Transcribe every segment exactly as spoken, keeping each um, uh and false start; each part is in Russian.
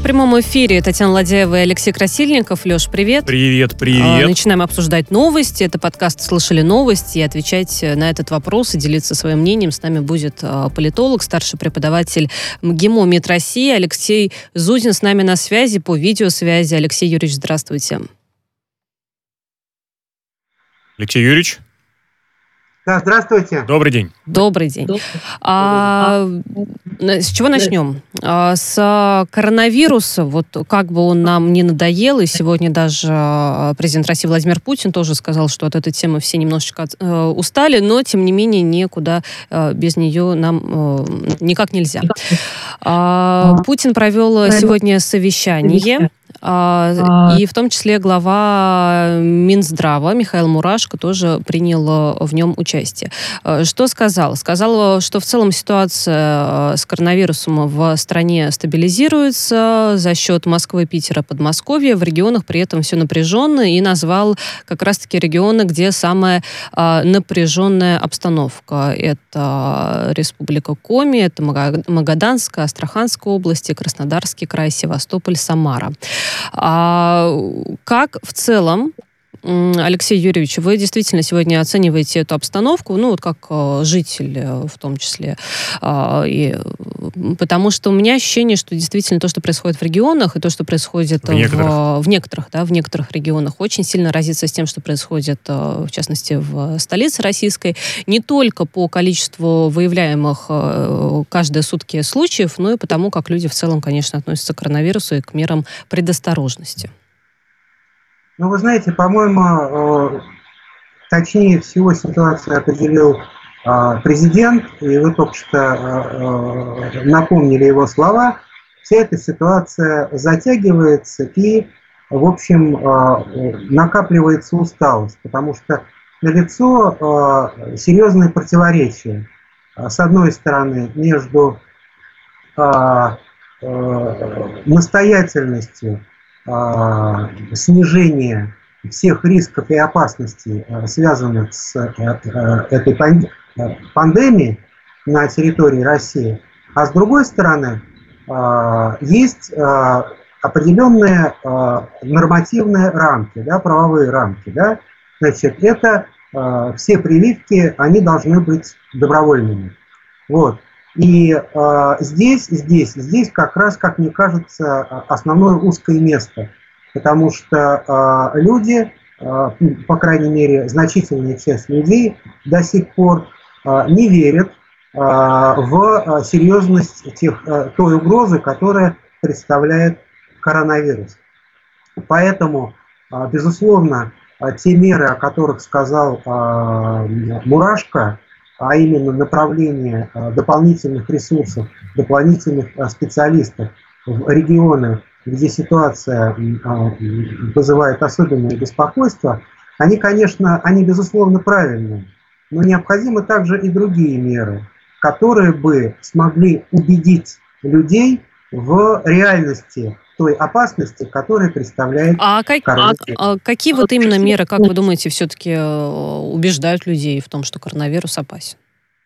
прямом эфире Татьяна Ладяева и Алексей Красильников. Леш, привет. Привет, привет. Начинаем обсуждать новости. Это подкаст «Слышали новости». И отвечать на этот вопрос и делиться своим мнением с нами будет политолог, старший преподаватель МГИМО МИД России Алексей Зузин с нами на связи, по видеосвязи. Алексей Юрьевич, здравствуйте. Алексей Юрьевич. Да, здравствуйте. Добрый день. Добрый день. А, с чего начнем? А, с коронавируса, вот как бы он нам не надоел, и сегодня даже президент России Владимир Путин тоже сказал, что от этой темы все немножечко э, устали, но, тем не менее, никуда э, без нее нам э, никак нельзя. А, Путин провел сегодня совещание. И в том числе глава Минздрава Михаил Мурашко тоже принял в нем участие. Что сказал? Сказал, что в целом ситуация с коронавирусом в стране стабилизируется за счет Москвы, Питера, Подмосковья. В регионах при этом все напряженно, и назвал как раз-таки регионы, где самая напряженная обстановка. Это Республика Коми, это Магаданская, Астраханская области, Краснодарский край, Севастополь, Самара. А как в целом, Алексей Юрьевич, вы действительно сегодня оцениваете эту обстановку, ну, вот как житель в том числе, и, потому что у меня ощущение, что действительно то, что происходит в регионах, и то, что происходит в некоторых, в, в некоторых, да, в некоторых регионах, очень сильно разится с тем, что происходит, в частности, в столице российской, не только по количеству выявляемых каждые сутки случаев, но и потому, как люди в целом, конечно, относятся к коронавирусу и к мерам предосторожности. Ну, вы знаете, по-моему, точнее всего ситуацию определил президент, и вы только что напомнили его слова. Вся эта ситуация затягивается и, в общем, накапливается усталость, потому что налицо серьезные противоречия. С одной стороны, между настоятельностью снижение всех рисков и опасностей, связанных с этой пандемией на территории России, а с другой стороны, есть определенные нормативные рамки, да, правовые рамки. Да? Значит, это все прививки, они должны быть добровольными. Вот. И э, здесь, здесь, здесь как раз, как мне кажется, основное узкое место, потому что э, люди, э, по крайней мере, значительная часть людей до сих пор э, не верят э, в серьезность тех, э, той угрозы, которая представляет коронавирус. Поэтому, э, безусловно, те меры, о которых сказал э, Мурашко, а именно направление дополнительных ресурсов, дополнительных специалистов в регионы, где ситуация вызывает особенное беспокойство, они, конечно, они, безусловно, правильные, но необходимы также и другие меры, которые бы смогли убедить людей в реальности той опасности, которая представляет а как, коронавирус. А, а какие вот именно меры, как вы думаете, все-таки убеждают людей в том, что коронавирус опасен?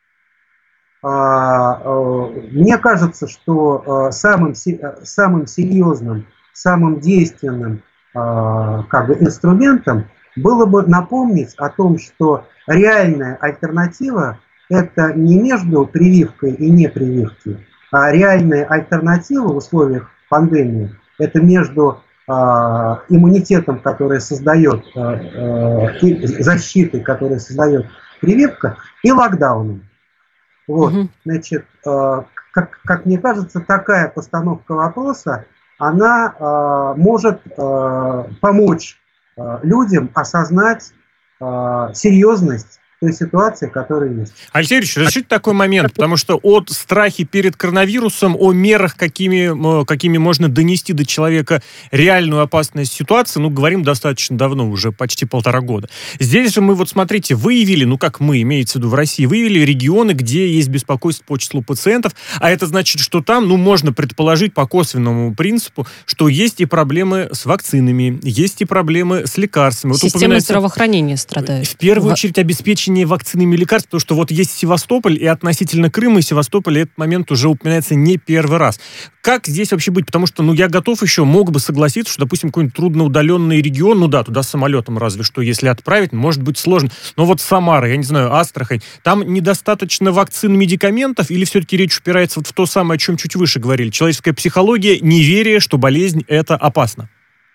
Мне кажется, что самым, самым серьезным, самым действенным как бы, инструментом было бы напомнить о том, что реальная альтернатива – это не между прививкой и непрививкой, а реальная альтернатива в условиях пандемии – это между э, иммунитетом, который создает, э, э, защитой, которую создает прививка, и локдауном. Вот. Mm-hmm. Значит, э, как, как мне кажется, такая постановка вопроса, она э, может э, помочь э, людям осознать э, серьезность той ситуации, которая есть. Алексей Юрьевич, разрешите такой момент, потому что от страхи перед коронавирусом, о мерах, какими, какими можно донести до человека реальную опасность ситуации, ну, говорим достаточно давно, уже почти полтора года. Здесь же мы, вот смотрите, выявили, ну, как мы, имеется в виду в России, выявили регионы, где есть беспокойство по числу пациентов, а это значит, что там, ну, можно предположить по косвенному принципу, что есть и проблемы с вакцинами, есть и проблемы с лекарствами. Вот система здравоохранения страдает. В первую очередь обеспечение обеспечение вакцинами и лекарств, потому что вот есть Севастополь, и относительно Крыма и Севастополя этот момент уже упоминается не первый раз. Как здесь вообще быть? Потому что, ну, я готов еще, мог бы согласиться, что, допустим, какой-нибудь трудноудаленный регион, ну да, туда самолетом разве что, если отправить, может быть сложно. Но вот Самара, я не знаю, Астрахань, там недостаточно вакцин, медикаментов, или все-таки речь упирается вот в то самое, о чем чуть выше говорили, человеческая психология, неверие, что болезнь это опасно?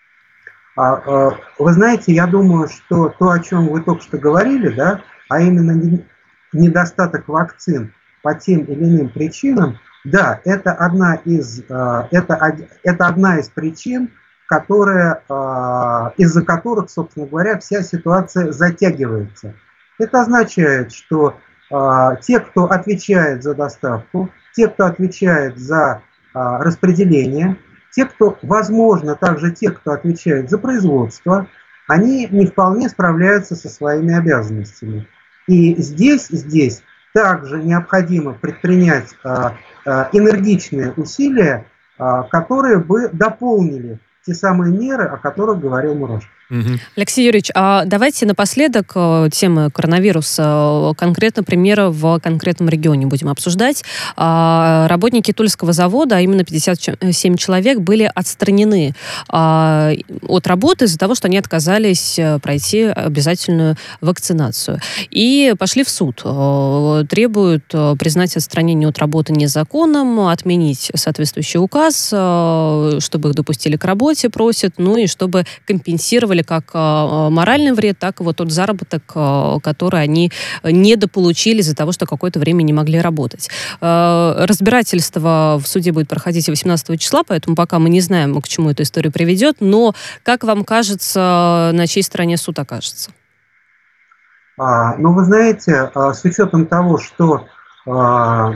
Вы знаете, я думаю, что то, о чем вы только что говорили, да, а именно недостаток вакцин по тем или иным причинам, да, это одна из, это, это одна из причин, которая, из-за которых, собственно говоря, вся ситуация затягивается. Это означает, что те, кто отвечает за доставку, те, кто отвечает за распределение, те, кто, возможно, также те, кто отвечает за производство, они не вполне справляются со своими обязанностями. И здесь, здесь также необходимо предпринять а, а, энергичные усилия, а, которые бы дополнили те самые меры, о которых говорил Мурашко. Угу. Алексей Юрьевич, а давайте напоследок темы коронавируса, конкретно примеры в конкретном регионе будем обсуждать. Работники Тульского завода, а именно пятьдесят семь человек, были отстранены от работы из-за того, что они отказались пройти обязательную вакцинацию. И пошли в суд. Требуют признать отстранение от работы незаконным, отменить соответствующий указ, чтобы их допустили к работе, просят, ну и чтобы компенсировали как моральный вред, так и вот тот заработок, который они недополучили из-за того, что какое-то время не могли работать. Разбирательство в суде будет проходить восемнадцатого числа, поэтому пока мы не знаем, к чему эта история приведет, но, как вам кажется, на чьей стороне суд окажется? А, ну, вы знаете, с учетом того, что а,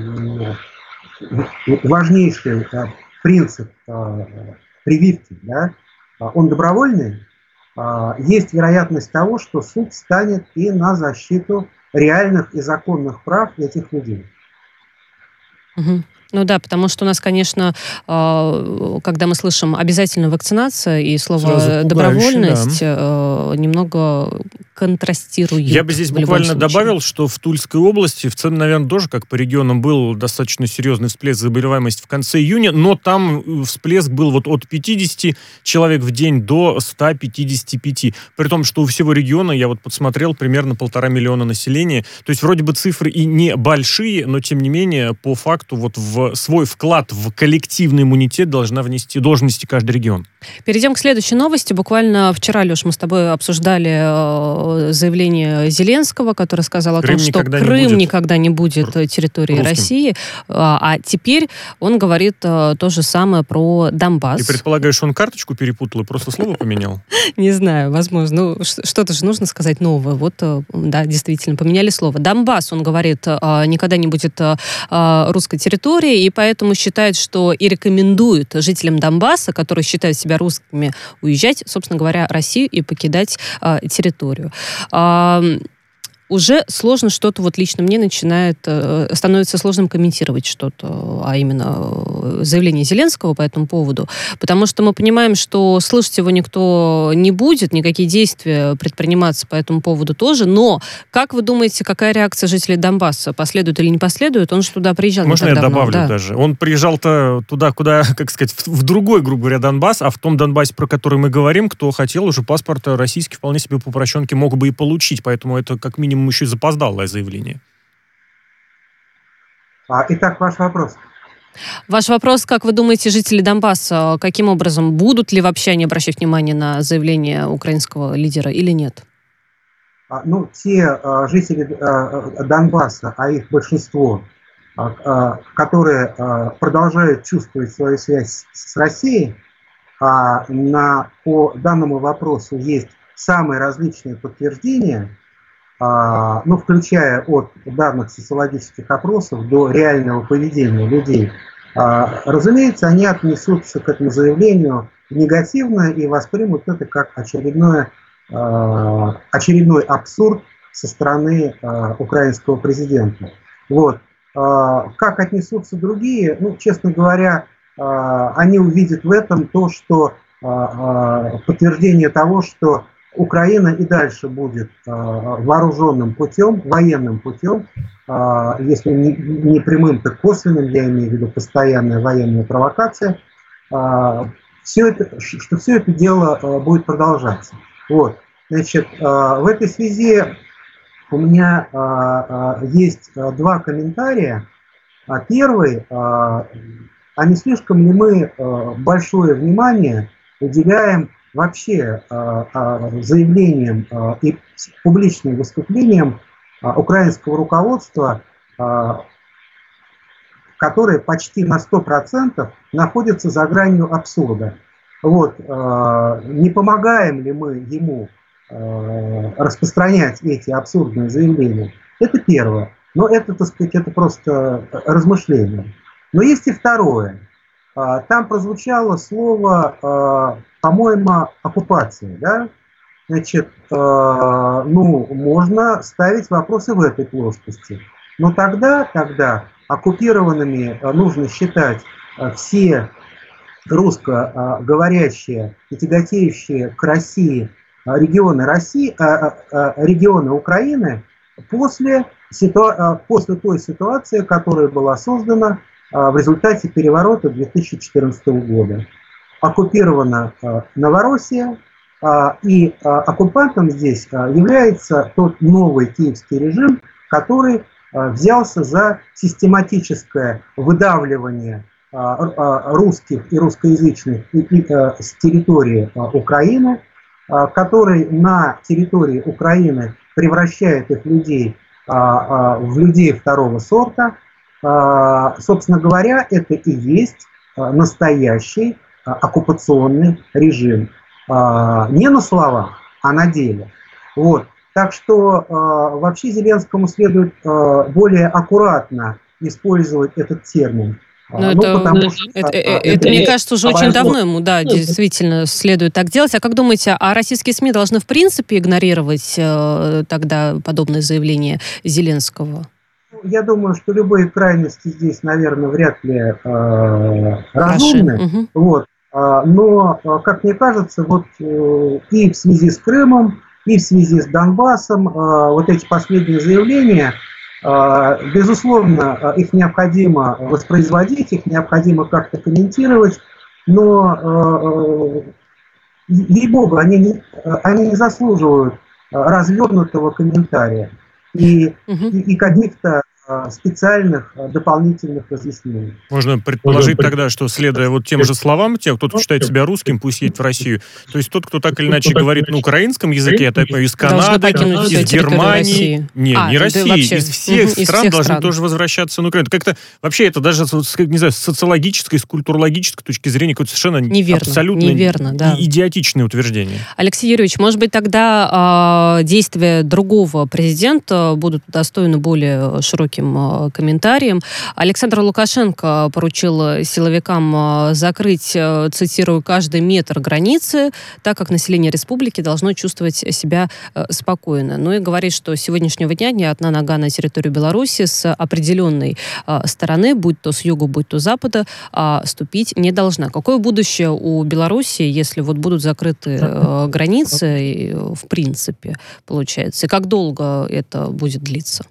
важнейший принцип а, прививки, да, он добровольный, есть вероятность того, что суд станет и на защиту реальных и законных прав этих людей. Угу. Ну да, потому что у нас, конечно, когда мы слышим обязательная вакцинация и слово добровольность, да, немного контрастирует. Я бы здесь буквально добавил, что в Тульской области, в целом, наверное, тоже, как по регионам, был достаточно серьезный всплеск заболеваемости в конце июня, но там всплеск был вот от пятидесяти человек в день до ста пятидесяти пяти. При том, что у всего региона, я вот подсмотрел, примерно полтора миллиона населения. То есть вроде бы цифры и не большие, но тем не менее, по факту, вот в свой вклад в коллективный иммунитет должна внести, должен внести каждый регион. Перейдем к следующей новости. Буквально вчера, Леш, мы с тобой обсуждали заявление Зеленского, который сказал о Крым том, что никогда Крым не никогда не будет территорией русским. России. А теперь он говорит то же самое про Донбасс. И предполагаешь, он карточку перепутал и просто слово поменял? Не знаю, возможно. Ну, что-то же нужно сказать новое. Вот, да, действительно, поменяли слово. Донбасс, он говорит, никогда не будет русской территорией, и поэтому считает, что и рекомендует жителям Донбасса, которые считают себя русскими, уезжать, собственно говоря, Россию и покидать территорию. Уже сложно что-то, вот лично мне начинает, становится сложным комментировать что-то, а именно заявление Зеленского по этому поводу, потому что мы понимаем, что слышать его никто не будет, никакие действия предприниматься по этому поводу тоже, но как вы думаете, какая реакция жителей Донбасса, последует или не последует? Он же туда приезжал не так давно. Можно я добавлю, да, даже? Он приезжал-то туда, куда, как сказать, в другой, грубо говоря, Донбасс, а в том Донбассе, про который мы говорим, кто хотел, уже паспорт российский вполне себе по упрощенке мог бы и получить, поэтому это как минимум еще и запоздалое заявление. Итак, ваш вопрос. Ваш вопрос, как вы думаете, жители Донбасса, каким образом, будут ли вообще они обращать внимание на заявление украинского лидера или нет? Ну, те жители Донбасса, а их большинство, которые продолжают чувствовать свою связь с Россией, на, по данному вопросу есть самые различные подтверждения, ну, включая от данных социологических опросов до реального поведения людей. Разумеется, они отнесутся к этому заявлению негативно и воспримут это как очередное, очередной абсурд со стороны украинского президента. Вот. Как отнесутся другие? Ну, честно говоря, они увидят в этом то, что подтверждение того, что Украина и дальше будет вооруженным путем, военным путем, если не прямым, то косвенным, я имею в виду постоянная военная провокация, все это, что все это дело будет продолжаться. Вот. Значит, в этой связи у меня есть два комментария. Первый, а не слишком ли мы большое внимание уделяем вообще заявлениям и публичным выступлениям украинского руководства, которое почти на сто процентов находится за гранью абсурда. Вот. Не помогаем ли мы ему распространять эти абсурдные заявления? Это первое. Но это, так сказать, это просто размышление. Но есть и второе. Там прозвучало слово, по-моему, оккупация. Да? Значит, ну, можно ставить вопросы в этой плоскости. Но тогда, тогда оккупированными нужно считать все русскоговорящие и тяготеющие к России регионы России, регионы Украины после, ситуа- после той ситуации, которая была создана в результате переворота две тысячи четырнадцатого года. Оккупирована Новороссия, и оккупантом здесь является тот новый киевский режим, который взялся за систематическое выдавливание русских и русскоязычных с территории Украины, который на территории Украины превращает их людей в людей второго сорта. Собственно говоря, это и есть настоящий оккупационный режим. Не на словах, а на деле. Вот. Так что вообще Зеленскому следует более аккуратно использовать этот термин. Ну, ну, это, потому что, это, это, это, это, мне кажется, уже очень возможно. давно ему, да, действительно следует так делать. А как думаете, а российские СМИ должны в принципе игнорировать э, тогда подобные заявления Зеленского? Я думаю, что любые крайности здесь, наверное, вряд ли э, разумны. Угу. Вот. Но, как мне кажется, вот э, и в связи с Крымом, и в связи с Донбассом э, вот эти последние заявления, безусловно, их необходимо воспроизводить, их необходимо как-то комментировать, но, ей-богу, они не, они не заслуживают развернутого комментария и, угу. и, и каких-то специальных дополнительных разъяснений. Можно предположить тогда, что, следуя вот тем же словам, те, кто считает себя русским, пусть едет в Россию. То есть тот, кто так или иначе говорит на украинском языке, это из Канады, из Германии, не, а, не России, вообще, из всех угу, стран из всех должны стран. тоже возвращаться на Украину. Как-то вообще это даже, не знаю, с социологической, с культурологической точки зрения какое-то совершенно неверно, абсолютно неверно, да. идиотичное утверждение. Алексей Юрьевич, может быть, тогда э, действия другого президента будут достойны более широким комментариям. Александр Лукашенко поручил силовикам закрыть, цитирую, каждый метр границы, так как население республики должно чувствовать себя спокойно. Ну и говорит, что с сегодняшнего дня ни одна нога на территорию Беларуси с определенной стороны, будь то с юга, будь то с запада, ступить не должна. Какое будущее у Беларуси, если вот будут закрыты границы, в принципе, получается? И как долго это будет длиться?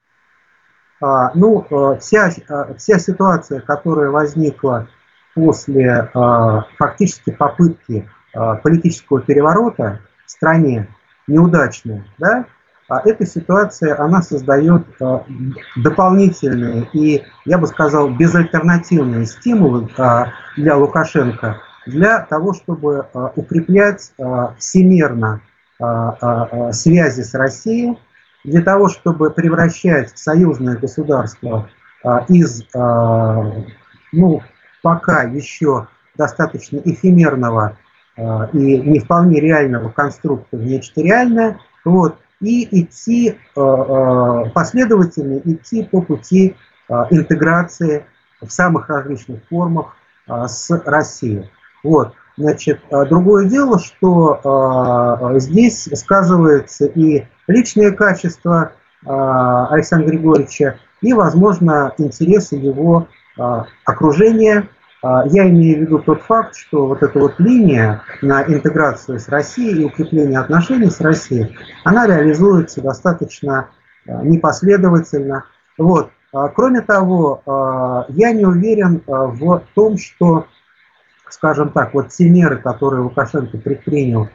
Ну, вся, вся ситуация, которая возникла после фактически попытки политического переворота в стране, неудачная, да, эта ситуация, она создает дополнительные и, я бы сказал, безальтернативные стимулы для Лукашенко для того, чтобы укреплять всемерно связи с Россией, для того, чтобы превращать союзное государство а, из, а, ну, пока еще достаточно эфемерного а, и не вполне реального конструкта в нечто реальное, вот, и идти а, а, последовательно, идти по пути а, интеграции в самых различных формах а, с Россией. Вот. Значит, другое дело, что э, здесь сказывается и личные качества э, Александра Григорьевича, и, возможно, интересы его э, окружения, Я имею в виду тот факт, что вот эта вот линия на интеграцию с Россией и укрепление отношений с Россией, она реализуется достаточно непоследовательно. Вот. Кроме того, я не уверен в том, что, скажем так, вот те меры, которые Лукашенко предпринял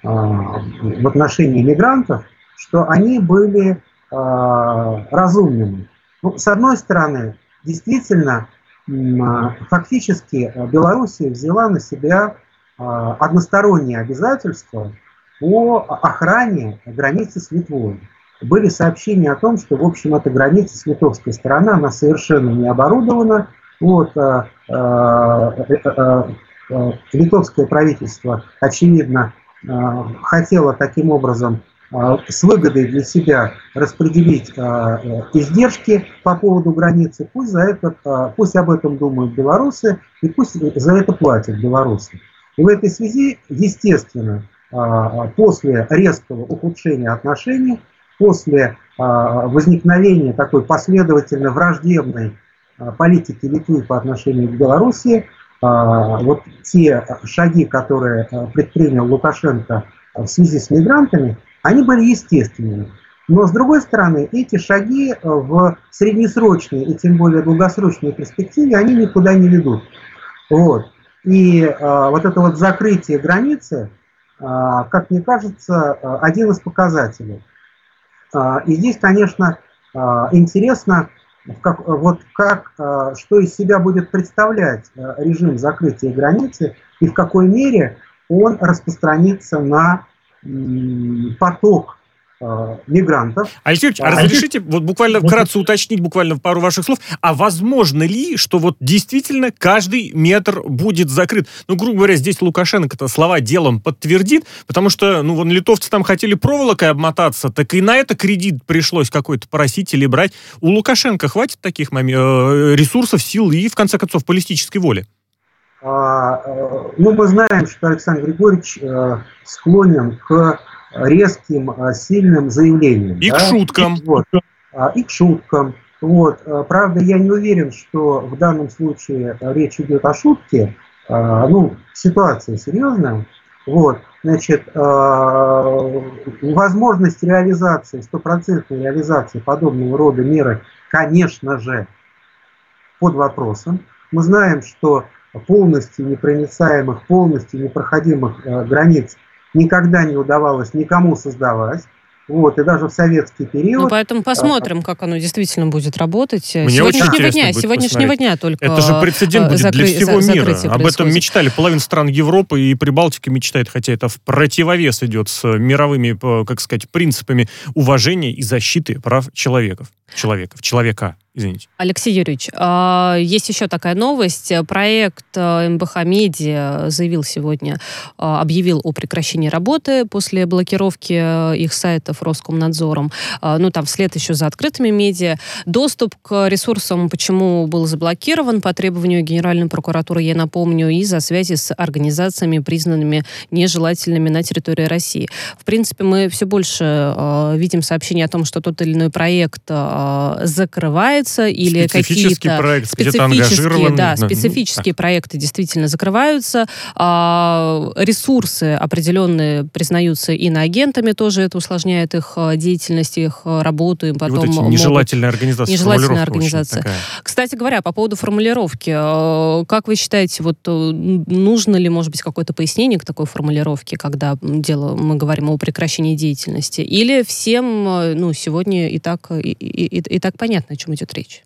в отношении мигрантов, что они были разумными. Ну, с одной стороны, действительно, фактически Белоруссия взяла на себя односторонние обязательства по охране границы с Литвой. Были сообщения о том, что, в общем, эта граница с литовской стороны, она совершенно не оборудована. Вот, а, а, а, а, литовское правительство, очевидно, а, хотело таким образом а, с выгодой для себя распределить а, издержки по поводу границы. Пусть, за это, а, пусть об этом думают белорусы, и пусть за это платят белорусы. И в этой связи, естественно, а, после резкого ухудшения отношений, после а, возникновения такой последовательно враждебной а, политики Литвы по отношению к Белоруссии, а, вот те шаги, которые а, предпринял Лукашенко а, в связи с мигрантами, они были естественными. Но, с другой стороны, эти шаги а, в среднесрочной и тем более долгосрочной перспективе, они никуда не ведут. Вот. И а, вот это вот закрытие границы, а, как мне кажется, а, один из показателей. И здесь, конечно, интересно, как, вот как, что из себя будет представлять режим закрытия границы и в какой мере он распространится на поток мигрантов. Алексей Юрьевич, а разрешите вот буквально вкратце уточнить буквально пару ваших слов, а возможно ли, что вот действительно каждый метр будет закрыт? Ну, грубо говоря, здесь Лукашенко-то слова делом подтвердит, потому что, ну, вон литовцы там хотели проволокой обмотаться, так и на это кредит пришлось какой-то просить или брать. У Лукашенко хватит таких ресурсов, сил и, в конце концов, политической воли? Ну, мы знаем, что Александр Григорьевич склонен к резким, сильным заявлениям. И да? к шуткам. Вот. И к шуткам. Вот. Правда, я не уверен, что в данном случае речь идет о шутке. Ну, ситуация серьезная. Вот. Значит, возможность реализации, стопроцентной реализации подобного рода меры, конечно же, под вопросом. Мы знаем, что полностью непроницаемых, полностью непроходимых границ никогда не удавалось никому создавать. Вот, и даже в советский период... Ну, поэтому посмотрим, как оно действительно будет работать. Мне сегодняшнего дня, сегодняшнего дня только... Это же прецедент будет закры... для всего за... мира. Об происходит. этом мечтали половина стран Европы, и Прибалтика мечтает, хотя это в противовес идет с мировыми, как сказать, принципами уважения и защиты прав человеков. Человеков. Человека. Извините. Алексей Юрьевич, есть еще такая новость. Проект эм бэ ха Медиа заявил сегодня, объявил о прекращении работы после блокировки их сайтов Роскомнадзором. Ну, там вслед еще за открытыми медиа. Доступ к ресурсам почему был заблокирован? По требованию Генеральной прокуратуры, я напомню, из-за связи с организациями, признанными нежелательными на территории России. В принципе, мы все больше видим сообщения о том, что тот или иной проект закрывается, или какие-то проект, специфические, да, ну, специфические ну, проекты действительно закрываются. А, ресурсы определенные признаются иноагентами, тоже это усложняет их деятельность, их работу. И потом вот эти нежелательные организации. Нежелательная организация. Кстати говоря, по поводу формулировки, как вы считаете, вот нужно ли, может быть, какое-то пояснение к такой формулировке, когда дело, мы говорим о прекращении деятельности? Или всем, ну, сегодня и так, и, и, и, и так понятно, о чем идет речь?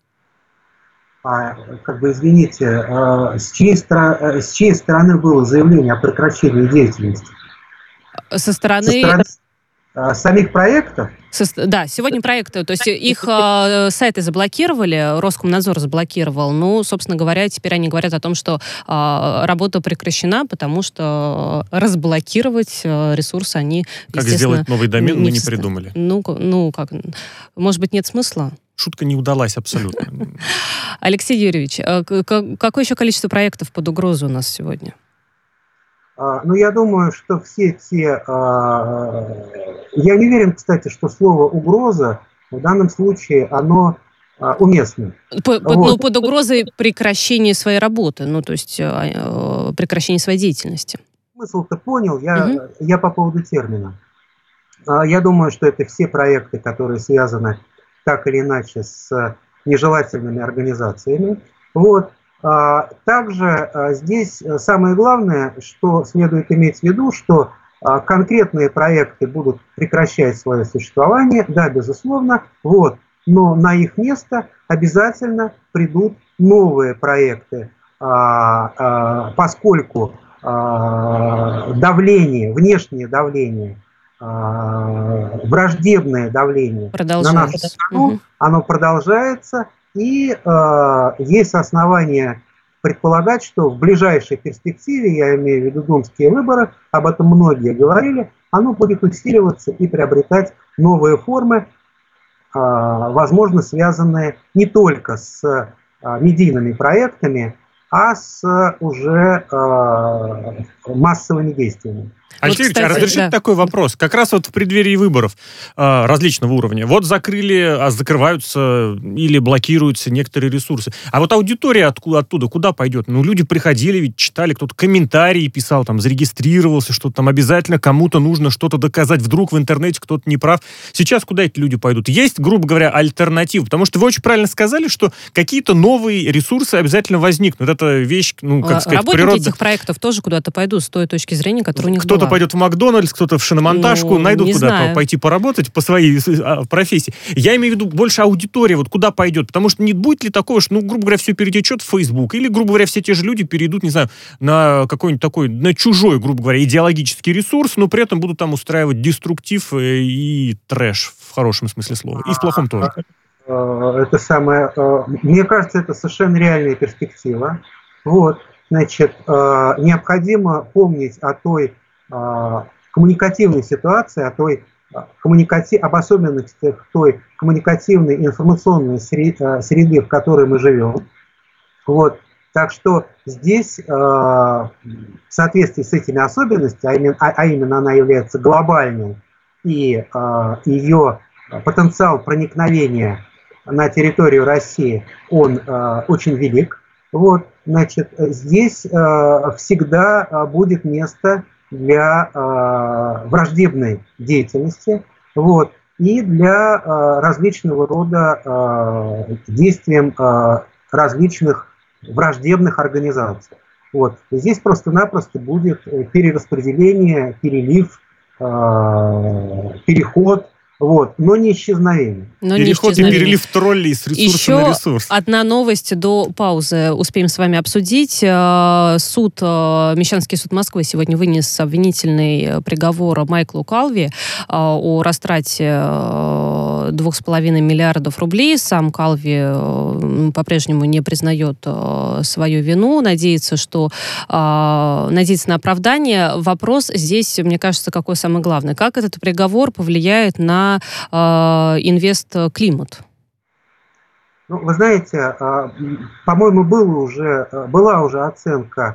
А, как бы, извините, а, с, чьей стра- с чьей стороны было заявление о прекращении деятельности? Со стороны... Со стороны а, самих проектов? Со, да, сегодня проекты, то есть их э, сайты заблокировали, Роскомнадзор заблокировал, ну, собственно говоря, теперь они говорят о том, что э, работа прекращена, потому что разблокировать э, ресурсы они, как сделать новый домен, не мы не придумали. Ну, ну, как, может быть, нет смысла? Шутка не удалась абсолютно. Алексей Юрьевич, какое еще количество проектов под угрозу у нас сегодня? Ну, я думаю, что все те... Я не уверен, кстати, что слово «угроза» в данном случае, оно уместны. Под, вот. Ну, под угрозой прекращения своей работы, ну, то есть э, прекращения своей деятельности. Смысл-то понял, я, угу. я по поводу термина. Я думаю, что это все проекты, которые связаны так или иначе с нежелательными организациями. Вот. Также здесь самое главное, что следует иметь в виду, что конкретные проекты будут прекращать свое существование, да, безусловно, вот, но на их место обязательно придут новые проекты, поскольку давление, внешнее давление, враждебное давление на нашу страну, угу. оно продолжается, и э, есть основания предполагать, что в ближайшей перспективе, я имею в виду думские выборы, об этом многие говорили, оно будет усиливаться и приобретать новые формы, э, возможно, связанные не только с э, медийными проектами, а с уже э, массовыми действиями. Алексей вот, Ильич, а разрешите да. такой вопрос? Как раз вот в преддверии выборов э, различного уровня. Вот закрыли, а закрываются или блокируются некоторые ресурсы. А вот аудитория откуда, оттуда куда пойдет? Ну, люди приходили, ведь читали, кто-то комментарии писал, там, зарегистрировался, что-то там обязательно кому-то нужно что-то доказать. Вдруг в интернете кто-то не прав. Сейчас куда эти люди пойдут? Есть, грубо говоря, альтернатива? Потому что вы очень правильно сказали, что какие-то новые ресурсы обязательно возникнут. Это вещь, ну, как сказать, работники природа... этих проектов тоже куда-то пойдут с той точки зрения, которая у них Кто-то была. пойдет в Макдональдс, кто-то в шиномонтажку, ну, найдут куда знаю. пойти поработать по своей профессии. Я имею в виду больше аудитория, вот куда пойдет, потому что не будет ли такого, что, ну, грубо говоря, все перетечет в Facebook, или, грубо говоря, все те же люди перейдут, не знаю, на какой-нибудь такой, на чужой, грубо говоря, идеологический ресурс, но при этом будут там устраивать деструктив и трэш, в хорошем смысле слова, и в плохом тоже. Это самое, мне кажется, это совершенно реальная перспектива. Вот, значит, необходимо помнить о той коммуникативной ситуации, о той коммуникати... об особенностях той коммуникативной информационной среды, в которой мы живем. Вот. Так что здесь, в соответствии с этими особенностями, а именно, а именно она является глобальной, и ее потенциал проникновения на территорию России, он очень велик. Вот, значит, здесь всегда будет место для э, враждебной деятельности, вот, и для э, различного рода э, действиям э, различных враждебных организаций. Вот. Здесь просто-напросто будет перераспределение, перелив, э, переход, вот, но не исчезновение. Но Переход не исчезновение. И перелив троллей с ресурса Еще на ресурс. Одна новость до паузы успеем с вами обсудить. Суд, Мещанский суд Москвы сегодня вынес обвинительный приговор Майклу Калви о растрате двух с половиной миллиардов рублей. Сам Калви по-прежнему не признает свою вину, надеется, что надеется на оправдание. Вопрос здесь, мне кажется, какой самый главный. Как этот приговор повлияет на инвест-климат? Ну, вы знаете, по-моему, было уже, была уже оценка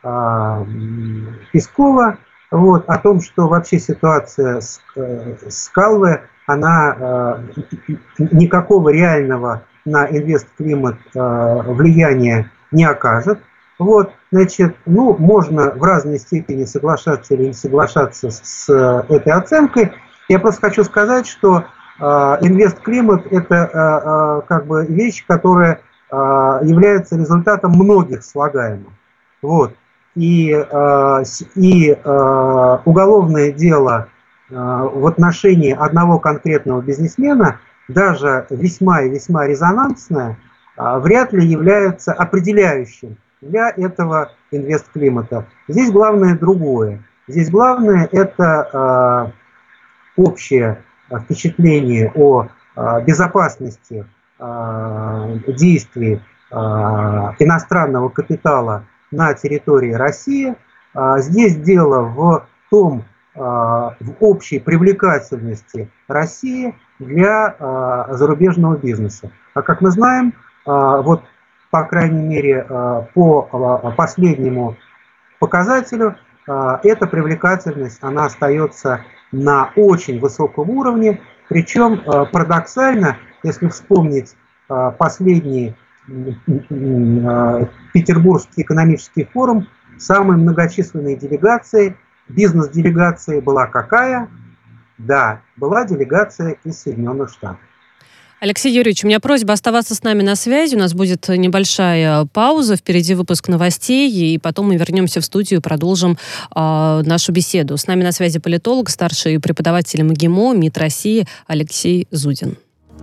Пескова, вот, о том, что вообще ситуация с, с Калви, она никакого реального на инвест-климат влияния не окажет. Вот, значит, ну, можно в разной степени соглашаться или не соглашаться с этой оценкой. Я просто хочу сказать, что э, инвест-климат – это э, э, как бы вещь, которая э, является результатом многих слагаемых. Вот. И, э, и э, уголовное дело э, в отношении одного конкретного бизнесмена, даже весьма и весьма резонансное, э, вряд ли является определяющим для этого инвест-климата. Здесь главное другое. Здесь главное – это… Э, общее впечатление о безопасности действий иностранного капитала на территории России. Здесь дело в том, в общей привлекательности России для зарубежного бизнеса. А как мы знаем, вот, по крайней мере, по последнему показателю, эта привлекательность, она остается на очень высоком уровне, причем парадоксально, если вспомнить последний Петербургский экономический форум самой многочисленной делегацией, бизнес-делегацией была какая? Да, была делегация из Соединенных Штатов. Алексей Юрьевич, у меня просьба оставаться с нами на связи. У нас будет небольшая пауза, впереди выпуск новостей, и потом мы вернемся в студию и продолжим э, нашу беседу. С нами на связи политолог, старший преподаватель МГИМО, МИД России Алексей Зудин.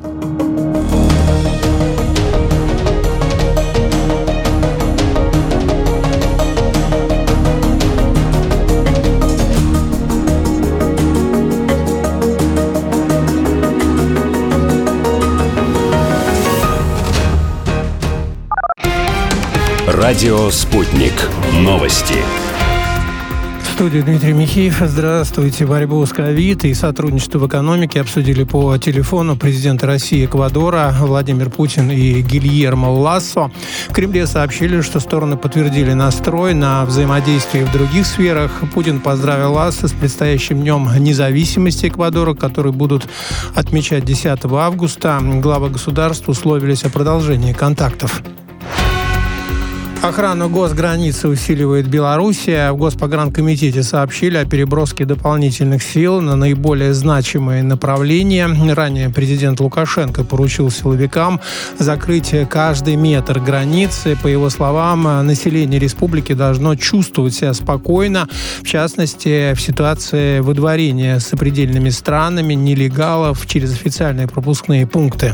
Радио «Спутник». Новости. В студии Дмитрий Михеев. Здравствуйте. Борьбу с ковид и сотрудничество в экономике обсудили по телефону президенты России и Эквадора Владимир Путин и Гильермо Лассо. В Кремле сообщили, что стороны подтвердили настрой на взаимодействие в других сферах. Путин поздравил Лассо с предстоящим Днем независимости Эквадора, который будут отмечать десятого августа. Главы государств условились о продолжении контактов. Охрану госграницы усиливает Белоруссия. В Госпогранкомитете сообщили о переброске дополнительных сил на наиболее значимые направления. Ранее президент Лукашенко поручил силовикам закрыть каждый метр границы. По его словам, население республики должно чувствовать себя спокойно, в частности, в ситуации выдворения сопредельными странами нелегалов через официальные пропускные пункты.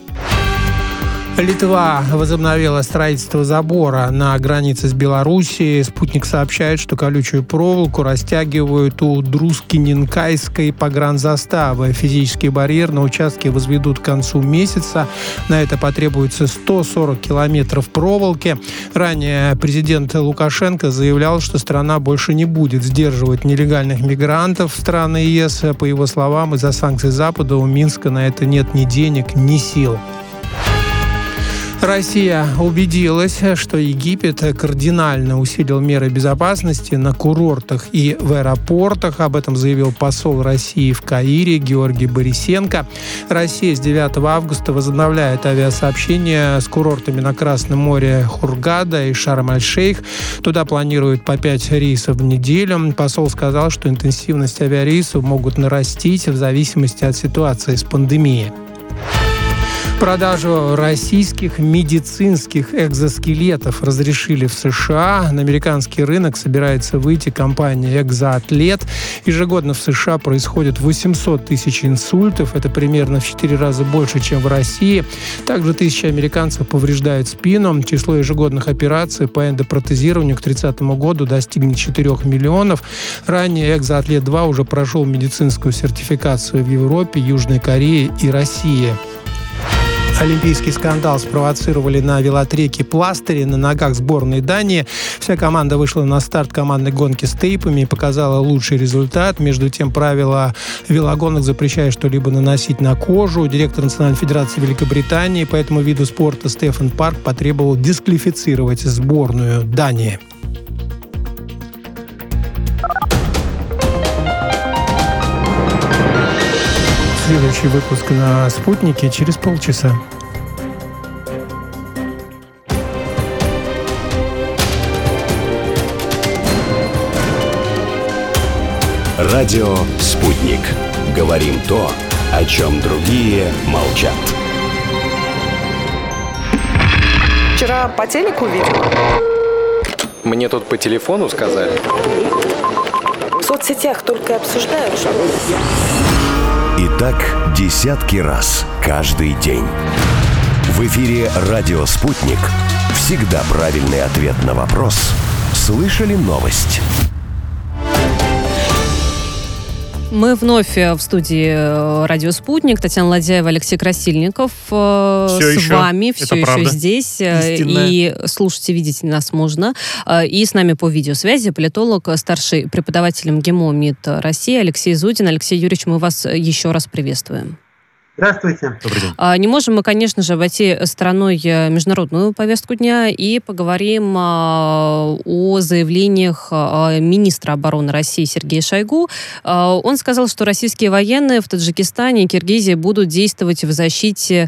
Литва возобновила строительство забора на границе с Белоруссией. Спутник сообщает, что колючую проволоку растягивают у Друскиненкайской погранзаставы. Физический барьер на участке возведут к концу месяца. На это потребуется сто сорок километров проволоки. Ранее президент Лукашенко заявлял, что страна больше не будет сдерживать нелегальных мигрантов в страны ЕС. По его словам, из-за санкций Запада у Минска на это нет ни денег, ни сил. Россия убедилась, что Египет кардинально усилил меры безопасности на курортах и в аэропортах. Об этом заявил посол России в Каире Георгий Борисенко. Россия с девятого августа возобновляет авиасообщение с курортами на Красном море Хургада и Шарм-эль-Шейх. Туда планируют по пять рейсов в неделю. Посол сказал, что интенсивность авиарейсов могут нарастить в зависимости от ситуации с пандемией. Продажу российских медицинских экзоскелетов разрешили в США. На американский рынок собирается выйти компания «Экзоатлет». Ежегодно в США происходит восемьсот тысяч инсультов. Это примерно в четыре раза больше, чем в России. Также тысячи американцев повреждают спину. Число ежегодных операций по эндопротезированию к тридцатому году достигнет четырёх миллионов. Ранее «Экзоатлет два» уже прошел медицинскую сертификацию в Европе, Южной Корее и России. Олимпийский скандал спровоцировали на велотреке пластыри на ногах сборной Дании. Вся команда вышла на старт командной гонки с тейпами и показала лучший результат. Между тем, правила велогонок запрещают что-либо наносить на кожу. Директор Национальной федерации Великобритании по этому виду спорта Стефан Парк потребовал дисквалифицировать сборную Дании. Следующий выпуск на «Спутнике» через полчаса. Радио «Спутник». Говорим то, о чем другие молчат. Вчера по телеку видела. Мне тут по телефону сказали. В соцсетях только обсуждают, что... И так десятки раз каждый день. В эфире «Радио Спутник». Всегда правильный ответ на вопрос. Слышали новость? Мы вновь в студии «Радио Спутник». Татьяна Ладяева, Алексей Красильников все с еще. вами. Все Это еще правда. здесь. Истинная. И слушать и видеть нас можно. И с нами по видеосвязи политолог, старший преподаватель МГИМО МИД России Алексей Зудин. Алексей Юрьевич, мы вас еще раз приветствуем. Здравствуйте. Добрый день. Не можем мы, конечно же, обойти стороной международную повестку дня и поговорим о о заявлениях министра обороны России Сергея Шойгу. Он сказал, что российские военные в Таджикистане и Киргизии будут действовать в защите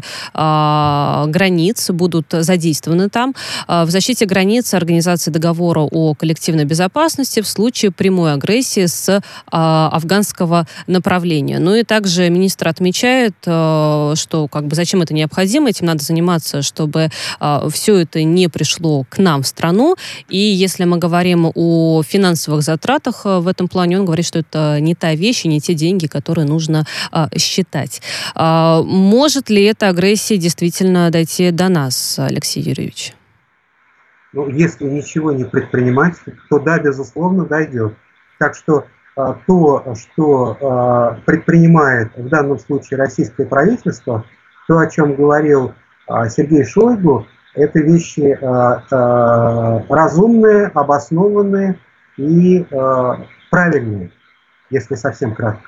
границ, будут задействованы там, в защите границ Организации договора о коллективной безопасности в случае прямой агрессии с афганского направления. Ну и также министр отмечает, что как бы зачем это необходимо, этим надо заниматься, чтобы все это не пришло к нам в страну. И если мы говорим о финансовых затратах в этом плане, он говорит, что это не та вещь и не те деньги, которые нужно а, считать. А, может ли эта агрессия действительно дойти до нас, Алексей Юрьевич? Ну, если ничего не предпринимать, то да, безусловно, дойдет. Так что а, то, что а, предпринимает в данном случае российское правительство, то, о чем говорил а, Сергей Шойгу, это вещи а, а, разумные, обоснованные и а, правильные, если совсем кратко.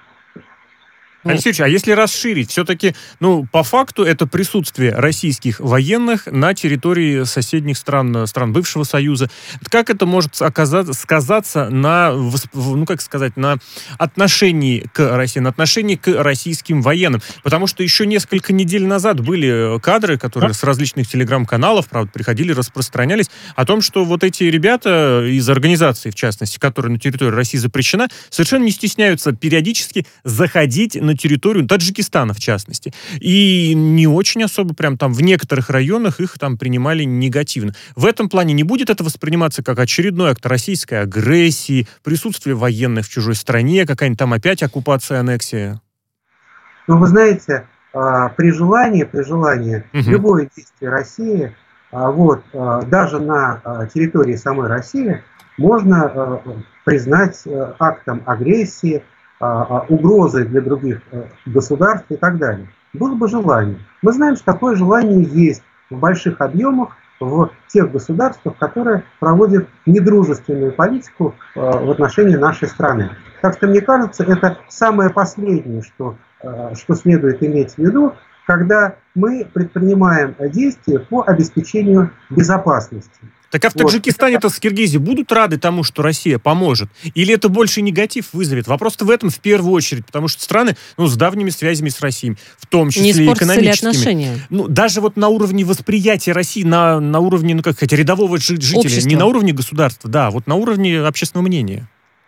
Алексей Ильич, а если расширить, все-таки, ну, по факту это присутствие российских военных на территории соседних стран, стран бывшего Союза. Как это может оказаться, сказаться на, ну, как сказать, на отношении к России, на отношении к российским военным? Потому что еще несколько недель назад были кадры, которые с различных телеграм-каналов, правда, приходили, распространялись, о том, что вот эти ребята из организации, в частности, которая на территории России запрещена, совершенно не стесняются периодически заходить на территорию Таджикистана, в частности. И не очень особо прям там в некоторых районах их там принимали негативно. В этом плане не будет это восприниматься как очередной акт российской агрессии, присутствие военных в чужой стране, какая-нибудь там опять оккупация, аннексия? Ну, вы знаете, при желании, при желании угу. любое действие России, вот, даже на территории самой России, можно признать актом агрессии, угрозой для других государств и так далее. Было бы желание. Мы знаем, что такое желание есть в больших объемах в тех государствах, которые проводят недружественную политику в отношении нашей страны. Так что, мне кажется, это самое последнее, что, что следует иметь в виду, когда мы предпринимаем действия по обеспечению безопасности. Так а в Таджикистане-то с Киргизией будут рады тому, что Россия поможет? Или это больше негатив вызовет? Вопрос-то в этом в первую очередь, потому что страны, ну, с давними связями с Россией, в том числе и экономическими. Отношения? Ну, даже вот на уровне восприятия России, на, на уровне, ну, как сказать, рядового жителя, общества. Не на уровне государства, да, вот на уровне общественного мнения.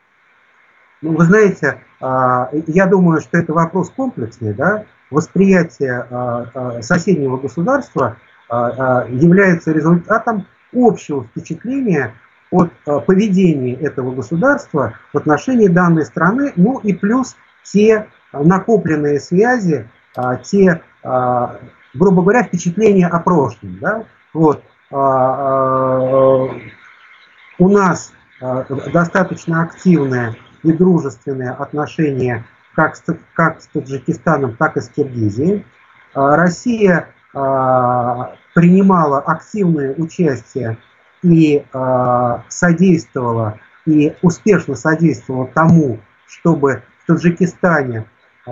Ну, вы знаете, я думаю, что это вопрос комплексный, да? Восприятие соседнего государства является результатом общего впечатления от э, поведения этого государства в отношении данной страны, ну и плюс те накопленные связи, э, те, э, грубо говоря, впечатления о прошлом. Да? Вот. Э, э, у нас э, достаточно активные и дружественные отношения как с, как с Таджикистаном, так и с Киргизией. Э, Россия принимала активное участие и э, содействовала, и успешно содействовала тому, чтобы в Таджикистане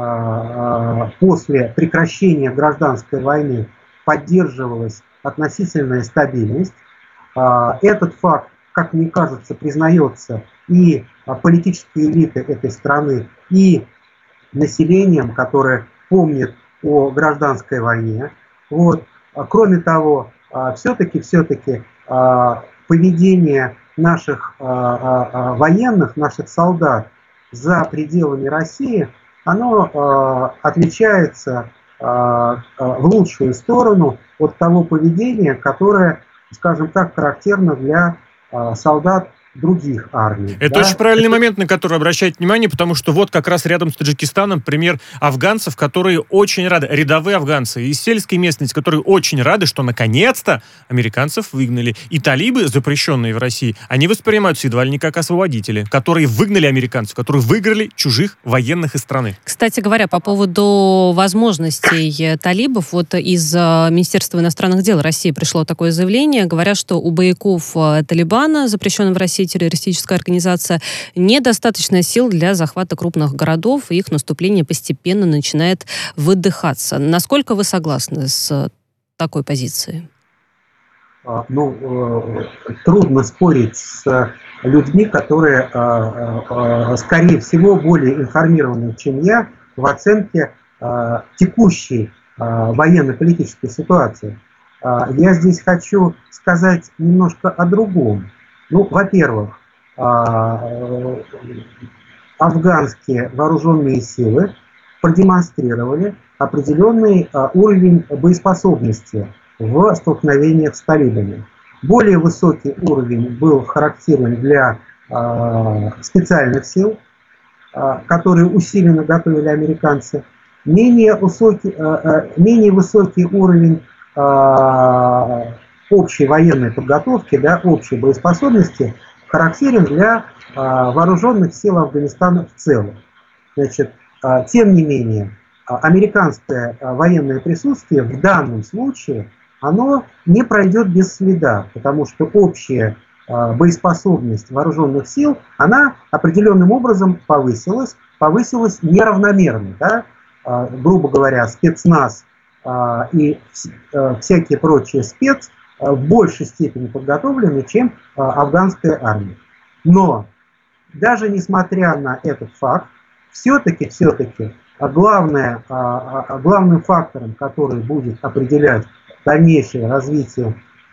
э, после прекращения гражданской войны поддерживалась относительная стабильность. Э, этот факт, как мне кажется, признается и политической элитой этой страны, и населением, которое помнит о гражданской войне. Вот. Кроме того, все-таки, все-таки поведение наших военных, наших солдат за пределами России, оно отличается в лучшую сторону от того поведения, которое, скажем так, характерно для солдат других армий. Это да? очень правильный Это... момент, на который обращать внимание, потому что вот как раз рядом с Таджикистаном пример афганцев, которые очень рады, рядовые афганцы из сельской местности, которые очень рады, что наконец-то американцев выгнали. И талибы, запрещенные в России, они воспринимаются едва ли не как освободители, которые выгнали американцев, которые выиграли чужих военных из страны. Кстати говоря, по поводу возможностей талибов, вот из Министерства иностранных дел России пришло такое заявление, говорят, что у боевиков Талибана, запрещенных в России террористическая организация, недостаточно сил для захвата крупных городов, и их наступление постепенно начинает выдыхаться. Насколько вы согласны с такой позицией? Ну, трудно спорить с людьми, которые, скорее всего, более информированы, чем я, в оценке текущей военно-политической ситуации. Я здесь хочу сказать немножко о другом. Ну, во-первых, афганские вооруженные силы продемонстрировали определенный уровень боеспособности в столкновениях с талибами. Более высокий уровень был характерен для специальных сил, которые усиленно готовили американцы. Менее высокий, менее высокий уровень общей военной подготовки, да, общей боеспособности характерен для вооруженных сил Афганистана в целом. Значит, тем не менее, американское военное присутствие в данном случае оно не пройдет без следа, потому что общая боеспособность вооруженных сил, она определенным образом повысилась, повысилась неравномерно. Да? Грубо говоря, спецназ и всякие прочие спец в большей степени подготовлены, чем афганская армия. Но даже несмотря на этот факт, все-таки, все-таки главное, главным фактором, который будет определять дальнейшее развитие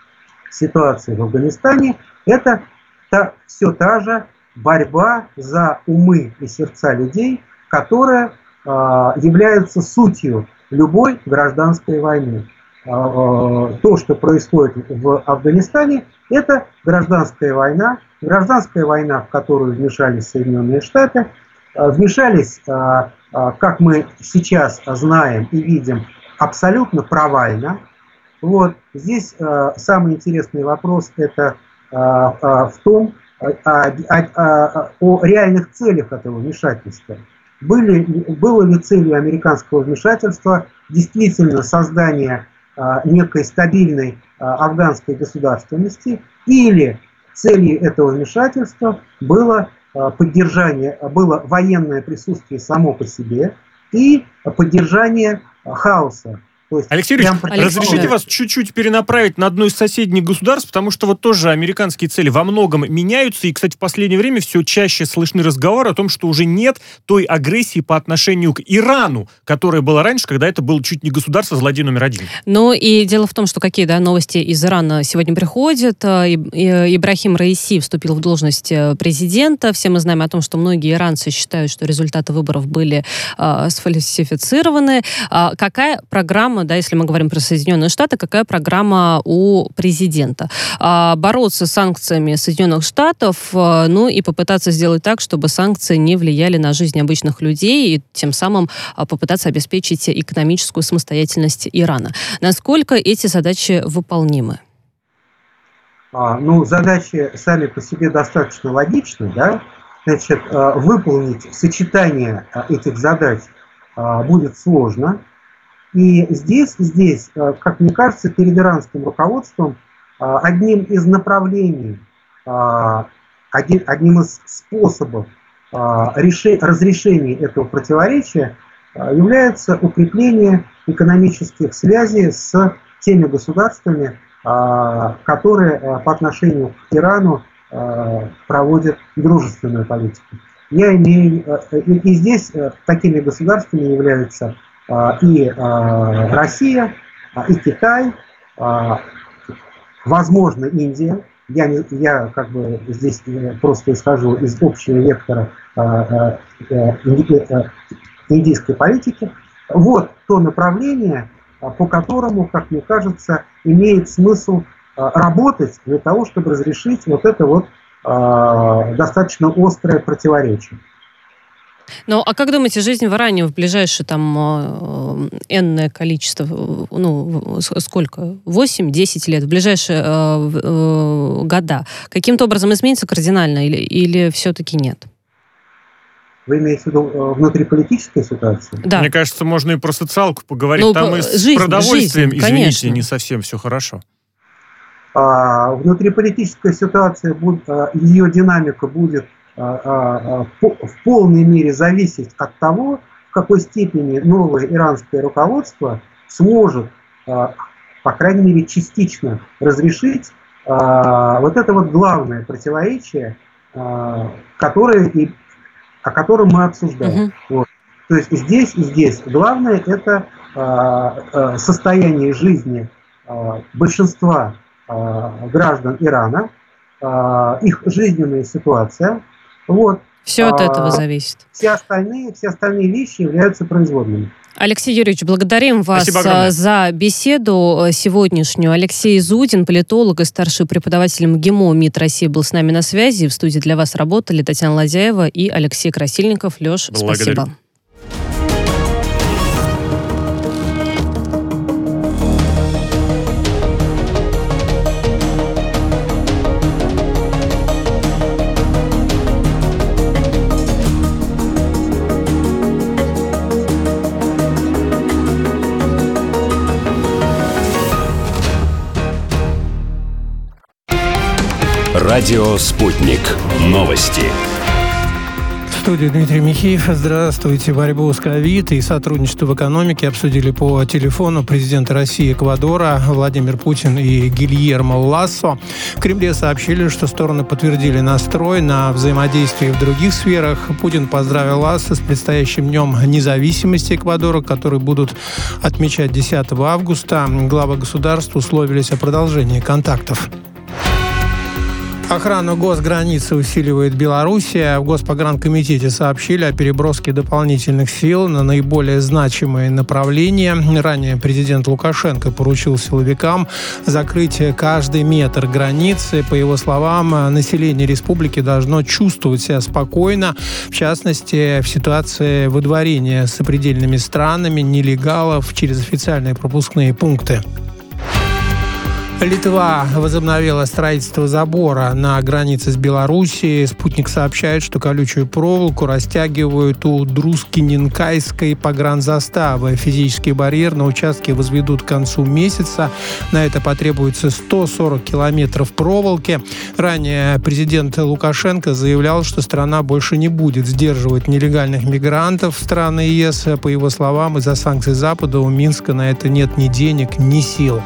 ситуации в Афганистане, это та, все та же борьба за умы и сердца людей, которая э, является сутью любой гражданской войны. Э, э, то, что происходит в Афганистане, это гражданская война, гражданская война, в которую вмешались Соединенные Штаты, э, вмешались, э, э, как мы сейчас знаем и видим, абсолютно провально. Вот. Здесь э, самый интересный вопрос это э, э, в том, э, э, э, о реальных целях этого вмешательства. Были, было ли целью американского вмешательства действительно создание э, некой стабильной э, афганской государственности, или целью этого вмешательства было э, поддержание, было военное присутствие само по себе и поддержание э, хаоса. Есть, Алексей Юрьевич, разрешите вас чуть-чуть перенаправить на одно из соседних государств, потому что вот тоже американские цели во многом меняются, и, кстати, в последнее время все чаще слышны разговоры о том, что уже нет той агрессии по отношению к Ирану, которая была раньше, когда это было чуть не государство злодей номер один. Ну и дело в том, что какие да, новости из Ирана сегодня приходят. Ибрахим Раиси вступил в должность президента. Все мы знаем о том, что многие иранцы считают, что результаты выборов были э, сфальсифицированы. А какая программа, да, если мы говорим про Соединенные Штаты, какая программа у президента? А, бороться с санкциями Соединенных Штатов, а, ну и попытаться сделать так, чтобы санкции не влияли на жизнь обычных людей и тем самым а, попытаться обеспечить экономическую самостоятельность Ирана. Насколько эти задачи выполнимы? А, ну, задачи сами по себе достаточно логичны, да? Значит, выполнить сочетание этих задач будет сложно. И здесь, здесь, как мне кажется, перед иранским руководством одним из направлений, одним из способов разрешения этого противоречия является укрепление экономических связей с теми государствами, которые по отношению к Ирану проводят дружественную политику. Я имею, и здесь такими государствами являются и Россия, и Китай, возможно, Индия. Я, не, я как бы здесь просто исхожу из общего вектора индийской политики. Вот то направление, по которому, как мне кажется, имеет смысл работать для того, чтобы разрешить вот это вот достаточно острое противоречие. Ну, а как думаете, жизнь в Иране в ближайшее там энное количество, ну, сколько? восемь-десять лет, в ближайшие э, э, года, каким-то образом изменится кардинально или, или все-таки нет? Вы имеете в виду внутриполитическую ситуацию? Да. Мне кажется, можно и про социалку поговорить. Ну, там и с жизнь, продовольствием, жизнь, извините, конечно. Не совсем все хорошо. А, внутриполитическая ситуация, будет, ее динамика будет в полной мере зависеть от того, в какой степени новое иранское руководство сможет, по крайней мере, частично разрешить вот это вот главное противоречие который, и, о котором мы обсуждаем. Uh-huh. Вот. То есть здесь и здесь главное это состояние жизни большинства граждан Ирана, их жизненная ситуация. Вот. Все от этого зависит. Все остальные, все остальные вещи являются производными. Алексей Юрьевич, благодарим вас за беседу сегодняшнюю. Алексей Зудин, политолог и старший преподаватель МГИМО МИД России, был с нами на связи. В студии для вас работали Татьяна Ладяева и Алексей Красильников. Леш, спасибо. Радио «Спутник». Новости. В студии Дмитрий Михеев. Здравствуйте. Борьбу с ковид и сотрудничество в экономике обсудили по телефону президенты России и Эквадора Владимир Путин и Гильермо Лассо. В Кремле сообщили, что стороны подтвердили настрой на взаимодействие в других сферах. Путин поздравил Лассо с предстоящим Днем независимости Эквадора, который будут отмечать десятого августа. Главы государств условились о продолжении контактов. Охрану госграницы усиливает Белоруссия. В Госпогранкомитете сообщили о переброске дополнительных сил на наиболее значимые направления. Ранее президент Лукашенко поручил силовикам закрыть каждый метр границы. По его словам, население республики должно чувствовать себя спокойно, в частности, в ситуации выдворения сопредельными странами нелегалов через официальные пропускные пункты. Литва возобновила строительство забора на границе с Белоруссией. Спутник сообщает, что колючую проволоку растягивают у Друскиненкайской погранзаставы. Физический барьер на участке возведут к концу месяца. На это потребуется сто сорок километров проволоки. Ранее президент Лукашенко заявлял, что страна больше не будет сдерживать нелегальных мигрантов в страны ЕС. По его словам, из-за санкций Запада у Минска на это нет ни денег, ни сил.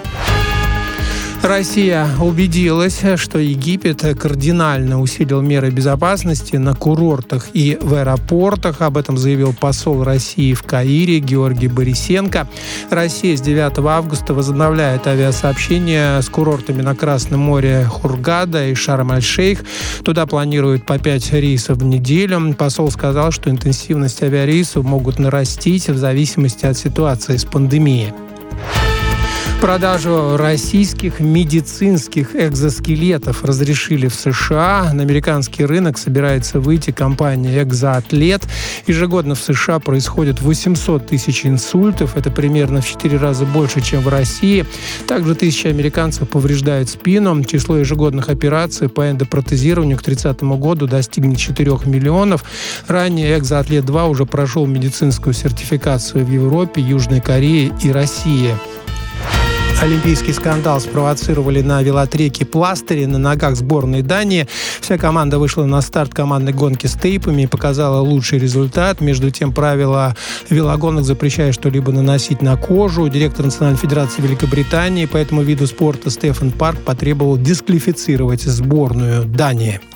Россия убедилась, что Египет кардинально усилил меры безопасности на курортах и в аэропортах. Об этом заявил посол России в Каире Георгий Борисенко. Россия с девятого августа возобновляет авиасообщение с курортами на Красном море Хургада и Шарм-эль-Шейх. Туда планируют по пять рейсов в неделю. Посол сказал, что интенсивность авиарейсов могут нарастить в зависимости от ситуации с пандемией. Продажу российских медицинских экзоскелетов разрешили в США. На американский рынок собирается выйти компания «Экзоатлет». Ежегодно в США происходит восемьсот тысяч инсультов. Это примерно в четыре раза больше, чем в России. Также тысячи американцев повреждают спину. Число ежегодных операций по эндопротезированию к тридцатому году достигнет четырёх миллионов. Ранее «Экзоатлет два» уже прошел медицинскую сертификацию в Европе, Южной Корее и России. Олимпийский скандал спровоцировали на велотреке пластыри на ногах сборной Дании. Вся команда вышла на старт командной гонки с тейпами и показала лучший результат. Между тем, правила велогонок запрещают что-либо наносить на кожу. Директор Национальной федерации Великобритании по этому виду спорта Стефан Парк потребовал дисквалифицировать сборную Дании.